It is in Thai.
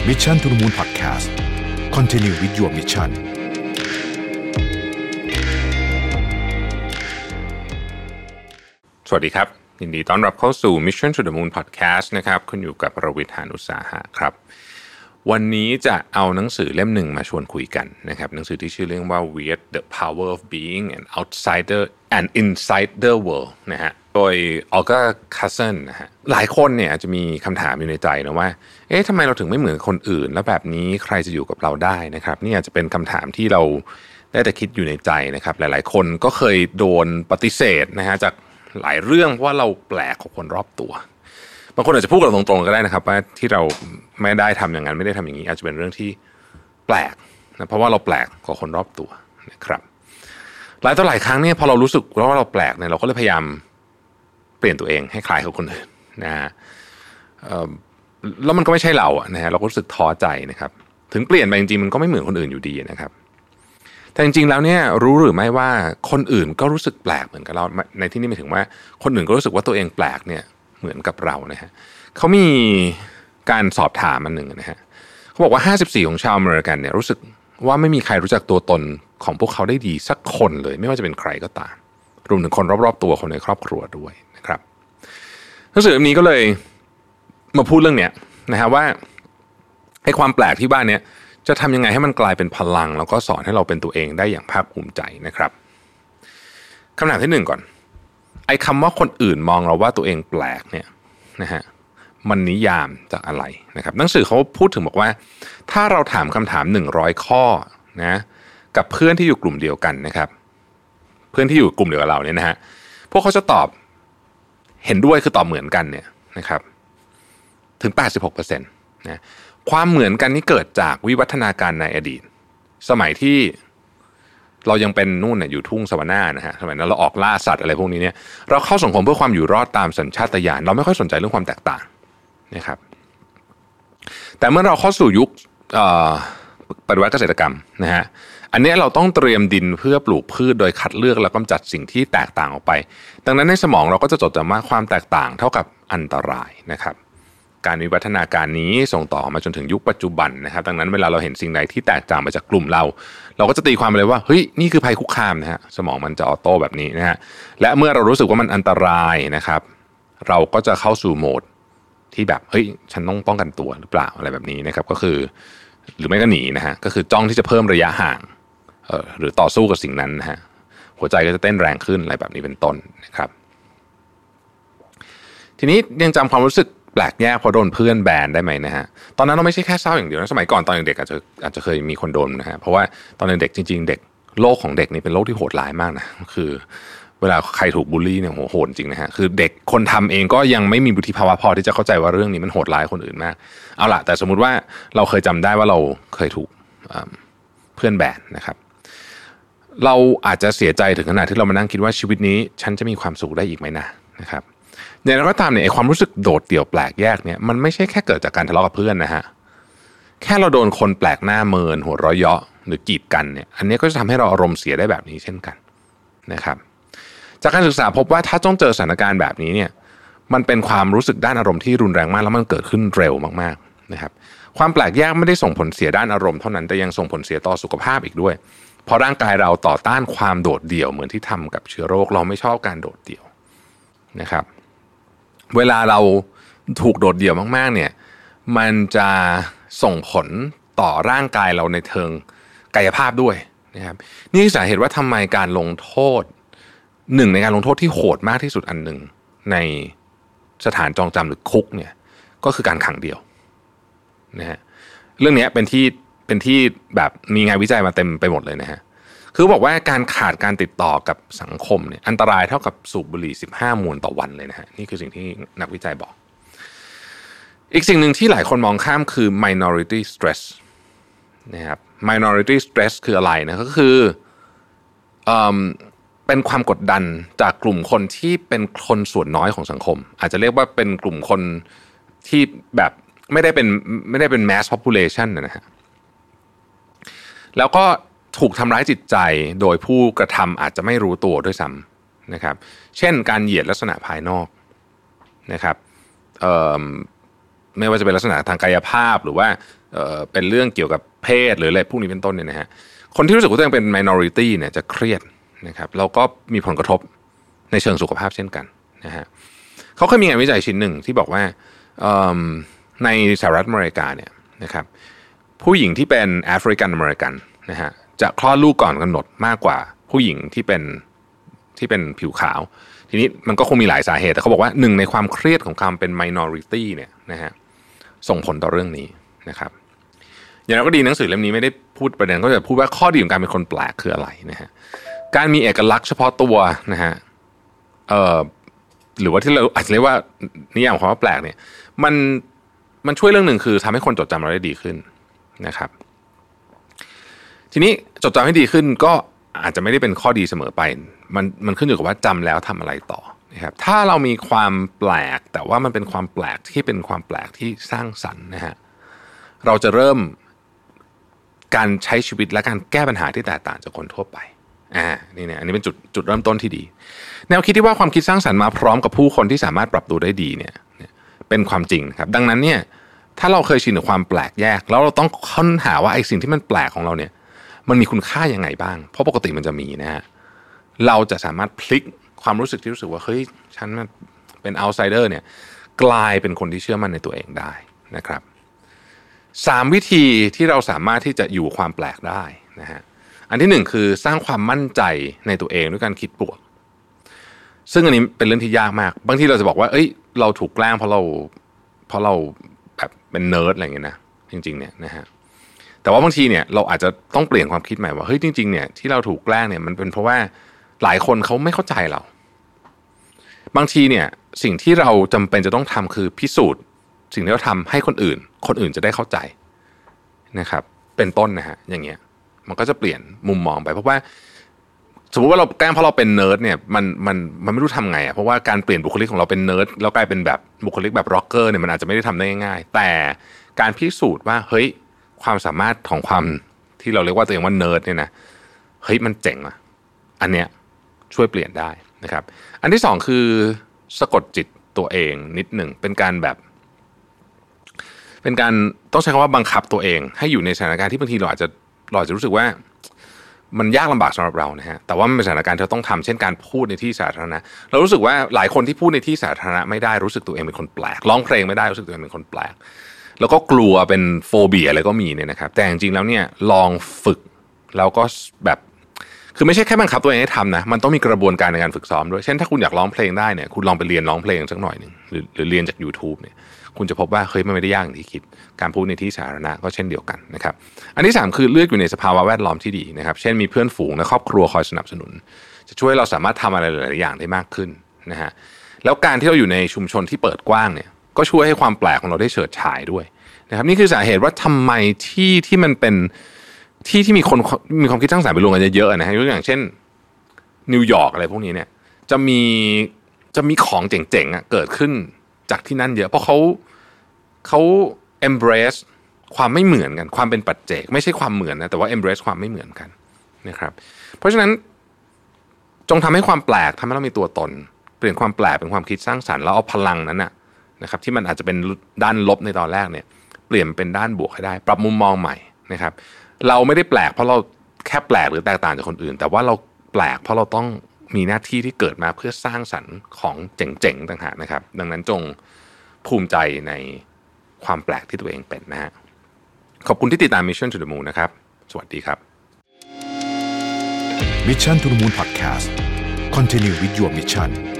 Mission to the Moon Podcast Continue with your mission สวัสดีครับยินดีต้อนรับเข้าสู่ Mission to the Moon Podcast นะครับคุณอยู่กับประวิทย์ หาญอุตสาหะครับวันนี้จะเอาหนังสือเล่มหนึ่งมาชวนคุยกันนะครับหนังสือที่ชื่อเรื่องว่า Weird: The Power of Being an Outsider and Inside the World นะฮะโดย Olga Khazan นะฮะหลายคนเนี่ยจะมีคำถามอยู่ในใจนะว่าทำไมเราถึงไม่เหมือนคนอื่นแล้วแบบนี้ใครจะอยู่กับเราได้นะครับนี่อาจจะเป็นคำถามที่เราได้แต่คิดอยู่ในใจนะครับหลายๆคนก็เคยโดนปฏิเสธนะฮะจากหลายเรื่องเพราะว่าเราแปลกกว่าคนรอบตัวบางคนอาจจะพูดกับเราตรงๆก็ได้นะครับว่าที่เราไม่ได้ทำอย่างนั้นไม่ได้ทำอย่างนี้อาจจะเป็นเรื่องที่แปลกนะเพราะว่าเราแปลกกว่าคนรอบตัวนะครับหลายต่อหลายครั้งเนี่ยพอเรารู้สึกว่าเราแปลกเนี่ยเราก็เลยพยายามเปลี่ยนตัวเองให้คล้ายกับคนอื่นนะฮะแล้วมันก็ไม่ใช่เราอะนะฮะเราก็รู้สึกท้อใจนะครับถึงเปลี่ยนไปจริงๆมันก็ไม่เหมือนคนอื่นอยู่ดีนะครับแต่จริงๆแล้วเนี่ยรู้หรือไม่ว่าคนอื่นก็รู้สึกแปลกเหมือนกับเราในที่นี้หมายถึงว่าคนอื่นก็รู้สึกว่าตัวเองแปลกเนี่ยเหมือนกับเรานะฮะเขามีการสอบถามอันหนึ่งนะฮะเขาบอกว่า54%ของชาวอเมริกันเนี่ยรู้สึกว่าไม่มีใครรู้จักตัวตนของพวกเขาได้ดีสักคนเลยไม่ว่าจะเป็นใครก็ตามรวมถึงคนรอบๆตัวคนในครอบครัวด้วยนะครับหนังสือเล่มนี้ก็เลยมาพูดเรื่องเนี้ยนะฮะว่าไอ้ความแปลกที่บ้านเนี้ยจะทำยังไงให้มันกลายเป็นพลังแล้วก็สอนให้เราเป็นตัวเองได้อย่างภาคภูมิใจนะครับคำถามที่หนึ่งก่อนไอ้คำว่าคนอื่นมองเราว่าตัวเองแปลกเนี่ยนะฮะมันนิยามจากอะไรนะครับหนังสือเขาพูดถึงบอกว่าถ้าเราถามคำถาม100ข้อนะกับเพื่อนที่อยู่กลุ่มเดียวกันนะครับเพื่อนที่อยู่กลุ่มเดียวกับเราเนี่ยนะฮะพวกเขาจะตอบเห็นด้วยคือตอบเหมือนกันเนี่ยนะครับถึง 86% นะความเหมือนกันนี้เกิดจากวิวัฒนาการในอดีตสมัยที่เรายังเป็นนู่นเนี่ยอยู่ทุ่งสวานานะฮะสมัยนั้นเราออกล่าสัตว์อะไรพวกนี้เนี่ยเราเข้าสังคมเพื่อความอยู่รอดตามสัญชาตญาณเราไม่ค่อยสนใจเรื่องความแตกต่างนะครับแต่เมื่อเราเข้าสู่ยุคปฏิวัติเกษตรกรรมนะฮะอันนี้เราต้องเตรียมดินเพื่อปลูกพืชโดยคัดเลือกและกำจัดสิ่งที่แตกต่างออกไปดังนั้นในสมองเราก็จะจดจำว่าความแตกต่างเท่ากับอันตรายนะครับการวิวัฒนาการนี้ส่งต่อมาจนถึงยุคปัจจุบันนะครับดังนั้นเวลาเราเห็นสิ่งใดที่แตกต่างไปจากกลุ่มเราก็จะตีความไปเลยว่าเฮ้ยนี่คือภัยคุกคามนะฮะสมองมันจะออโต้แบบนี้นะฮะและเมื่อเรารู้สึกว่ามันอันตรายนะครับเราก็จะเข้าสู่โหมดที่แบบเฮ้ยฉันต้องป้องกันตัวหรือเปล่าอะไรแบบนี้นะครับก็คือหรือไม่ก็หนีนะฮะก็คือจ้องที่จะเพิ่มระยะห่างหรือต่อสู้กับสิ่งนั้นนะฮะหัวใจก็จะเต้นแรงขึ้นอะไรแบบนี้เป็นต้นนะครับทีนี้ยังจำความรู้สึกแปลกแยกพอโดนเพื่อนแบนได้ไหมนะฮะตอนนั้นเราไม่ใช่แค่เศร้าอย่างเดียวนะสมัยก่อนตอนเด็กอาจจะเคยมีคนโดนนะฮะเพราะว่าตอนเด็กจริงๆเด็กโลกของเด็กนี่เป็นโลกที่โหดร้ายมากนะคือเวลาใครถูกบูลลี่เนี่ยโหดจริงนะฮะคือเด็กคนทำเองก็ยังไม่มีวุฒิภาวะพอที่จะเข้าใจว่าเรื่องนี้มันโหดร้ายคนอื่นมากเอาล่ะแต่สมมุติว่าเราเคยจำได้ว่าเราเคยถูกเพื่อนแบนนะครับเราอาจจะเสียใจถึงขนาดที่เรามานั่งคิดว่าชีวิตนี้ฉันจะมีความสุขได้อีกไหมนะครับอย่างไรก็ตามเนี่ยความรู้สึกโดดเดี่ยวแปลกแยกเนี่ยมันไม่ใช่แค่เกิดจากการทะเลาะกับเพื่อนนะฮะแค่เราโดนคนแปลกหน้าเมินหัวเราะเยาะหรือกีดกันเนี่ยอันนี้ก็จะทำให้เราอารมณ์เสียได้แบบนี้เช่นกันนะครับจากการศึกษาพบว่าถ้าต้องเจอสถานการณ์แบบนี้เนี่ยมันเป็นความรู้สึกด้านอารมณ์ที่รุนแรงมากแล้วมันเกิดขึ้นเร็วมากๆนะครับความแปลกแยกไม่ได้ส่งผลเสียด้านอารมณ์เท่านั้นแต่ยังส่งผลเสียต่อสุขภาพอีกด้วยเพราะร่างกายเราต่อต้านความโดดเดี่ยวเหมือนที่ทำกับเชื้อโรคเราไม่ชอบการโดดเดี่ยวนะครับเวลาเราถูกโดดเดี่ยวมากๆเนี่ยมันจะส่งผลต่อร่างกายเราในเชิงกายภาพด้วยนะครับนี่คือสาเหตุว่าทำไมการลงโทษหนึ่งในการลงโทษที่โหดมากที่สุดอันหนึ่งในสถานจองจำหรือคุกเนี่ยก็คือการขังเดี่ยวนะฮะเรื่องนี้เป็นที่แบบมีงานวิจัยมาเต็มไปหมดเลยนะฮะคือบอกว่าการขาดการติดต่อกับสังคมเนี่ยอันตรายเท่ากับสูบบุหรี่15 มวนต่อวันเลยนะฮะนี่คือสิ่งที่นักวิจัยบอกอีกสิ่งหนึ่งที่หลายคนมองข้ามคือ minority stress นะครับ minority stress คืออะไรนะก็คือเป็นความกดดันจากกลุ่มคนที่เป็นคนส่วนน้อยของสังคมอาจจะเรียกว่าเป็นกลุ่มคนที่แบบไม่ได้เป็น mass population นะฮะแล้วก็ถูกทำร้ายจิตใจโดยผู้กระทำอาจจะไม่รู้ตัวด้วยซ้ำนะครับเช่นการเหยียดลักษณะภายนอกนะครับไม่ว่าจะเป็นลักษณะทางกายภาพหรือว่าเป็นเรื่องเกี่ยวกับเพศหรืออะไรพวกนี้เป็นต้นเนี่ยนะฮะคนที่รู้สึกว่าตัวเองเป็น minority เนี่ยจะเครียดนะครับแล้วก็มีผลกระทบในเชิงสุขภาพเช่นกันนะฮะเขาเคยมีงานวิจัยชิ้นหนึ่งที่บอกว่าในสหรัฐอเมริกาเนี่ยนะครับผู้หญิงที่เป็นแอฟริกันอเมริกันนะฮะจะคลอดลูกก่อนกำหนดมากกว่าผู้หญิงที่เป็นผิวขาวทีนี้มันก็คงมีหลายสาเหตุแต่เขาบอกว่าหนึ่งในความเครียดของความเป็น minority เนี่ยนะฮะส่งผลต่อเรื่องนี้นะครับอย่างไรก็ดีหนังสือเล่มนี้ไม่ได้พูดประเด็นก็จะพูดว่าข้อดีของการเป็นคนแปลกคืออะไรนะฮะการมีเอกลักษณ์เฉพาะตัวนะฮะหรือว่าที่เราอาจจะเรียกว่านิยามของคำว่าแปลกเนี่ยมันช่วยเรื่องหนึ่งคือทำให้คนจดจำเราได้ดีขึ้นนะครับทีนี้จดจำให้ดีขึ้นก็อาจจะไม่ได้เป็นข้อดีเสมอไปมันขึ้นอยู่กับว่าจำแล้วทำอะไรต่อนะครับถ้าเรามีความแปลกแต่ว่ามันเป็นความแปลกที่เป็นความแปลกที่สร้างสรรค์นะฮะเราจะเริ่มการใช้ชีวิตและการแก้ปัญหาที่แตกต่างจากคนทั่วไปนี่เนี่ยอันนี้เป็นจุดเริ่มต้นที่ดีแนวคิดที่ว่าความคิดสร้างสรรค์มาพร้อมกับผู้คนที่สามารถปรับตัวได้ดีเนี่ยเป็นความจริงครับดังนั้นเนี่ยถ้าเราเคยชินกับความแปลกแยกแล้วเราต้องค้นหาว่าไอ้สิ่งที่มันแปลกของเราเนี่ยมันมีคุณค่ายังไงบ้างเพราะปกติมันจะมีนะฮะเราจะสามารถพลิกความรู้สึกที่รู้สึกว่าเฮ้ยฉันเป็นเอาท์ไซเดอร์เนี่ยกลายเป็นคนที่เชื่อมั่นในตัวเองได้นะครับ3วิธีที่เราสามารถที่จะอยู่ความแปลกได้นะฮะอันที่1คือสร้างความมั่นใจในตัวเองด้วยการคิดบวกซึ่งอันนี้เป็นเรื่องที่ยากมากบางทีเราจะบอกว่าเอ้ยเราถูกแกล้งเพราะเราแบบเป็นเนิร์ดอะไรอย่างเงี้ยนะจริงๆเนี่ยนะฮะแต่ว่าบางทีเนี่ยเราอาจจะต้องเปลี่ยนความคิดใหม่ว่าเฮ้ยจริงๆเนี่ยที่เราถูกแกล้งเนี่ยมันเป็นเพราะว่าหลายคนเขาไม่เข้าใจเราบางทีเนี่ยสิ่งที่เราจำเป็นจะต้องทำคือพิสูจน์สิ่งที่เราทำให้คนอื่นจะได้เข้าใจนะครับเป็นต้นนะฮะอย่างเงี้ยมันก็จะเปลี่ยนมุมมองไปเพราะว่าสมมติว่าเราแกล้งเพราะเราเป็นเนิร์ดเนี่ยมันไม่รู้ทำไงเพราะว่าการเปลี่ยนบุคลิกของเราเป็นเนิร์ดแล้วกลายเป็นแบบบุคลิกแบบร็อกเกอร์เนี่ยมันอาจจะไม่ได้ทำได้ง่ายๆแต่การพิสูจน์ว่าเฮ้ยความสามารถของความที่เราเรียกว่าตัวเองว่าเนิร์ดเนี่ยนะเฮ้ยมันเจ๋งอ่ะอันเนี้ยช่วยเปลี่ยนได้นะครับอันที่2คือสะกดจิตตัวเองนิดหนึ่งเป็นการต้องใช้คำว่าบังคับตัวเองให้อยู่ในสถานการณ์ที่บางทีเราอาจจะรู้สึกว่ามันยากลำบากสำหรับเรานะฮะแต่ว่ามันเป็นสถานการณ์ที่เราต้องทำเช่นการพูดในที่สาธารณะเรารู้สึกว่าหลายคนที่พูดในที่สาธารณะไม่ได้รู้สึกตัวเองเป็นคนแปลกร้องเพลงไม่ได้รู้สึกตัวเองเป็นคนแปลกแล้วก็กลัวเป็นโฟเบียอะไรก็มีเนี่ยนะครับแต่จริงๆแล้วเนี่ยลองฝึกแล้วก็แบบคือไม่ใช่แค่บังคับตัวเองให้ทำนะมันต้องมีกระบวนการในการฝึกซ้อมด้วยเช่นถ้าคุณอยากร้องเพลงได้เนี่ยคุณลองไปเรียนร้องเพลงสักหน่อยนึงหรือเรียนจาก YouTube เนี่ยคุณจะพบว่าเฮ้ยมันไม่ได้ยากอย่างที่คิดการพูดในที่สาธารณะก็เช่นเดียวกันนะครับอันที่3คือเลือกอยู่ในสภาวะแวดล้อมที่ดีนะครับเช่นมีเพื่อนฝูงและครอบครัวคอยสนับสนุนจะช่วยเราสามารถทำอะไรหลายๆอย่างได้มากขึ้นนะฮะแล้วการที่เราอยู่ในชุมชนที่เปิดกว้างเนี่ยก็ช่วยให้ความแปลกของเราได้เฉิดฉายด้วยนะครับนี่คือสาเหตุว่าทำไมที่มันเป็นที่มีคนมีความคิดสร้างสรรค์ไปรวมกันเยอะๆนะฮะยกตัวอย่างเช่นนิวยอร์กอะไรพวกนี้เนี่ยจะมีของเจ๋งๆเกิดขึ้นจากที่นั่นเยอะเพราะเขา embrace ความไม่เหมือนกันความเป็นปัจเจกไม่ใช่ความเหมือนนะแต่ว่า embrace ความไม่เหมือนกันนะครับเพราะฉะนั้นจงทำให้ความแปลกทำให้เรามีตัวตนเปลี่ยนความแปลกเป็นความคิดสร้างสรรค์แล้วเอาพลังนั้นนะครับที่มันอาจจะเป็นด้านลบในตอนแรกเนี่ยเปลี่ยนเป็นด้านบวกให้ได้ปรับมุมมองใหม่นะครับเราไม่ได้แปลกเพราะเราแค่แปลกหรือแตกต่างจากคนอื่นแต่ว่าเราแปลกเพราะเราต้องมีหน้าที่ที่เกิดมาเพื่อสร้างสรรค์ของเจ๋งๆต่างหากนะครับดังนั้นจงภูมิใจในความแปลกที่ตัวเองเป็นนะฮะขอบคุณที่ติดตาม Mission to the Moon นะครับสวัสดีครับ Mission to the Moon Podcast Continue with your mission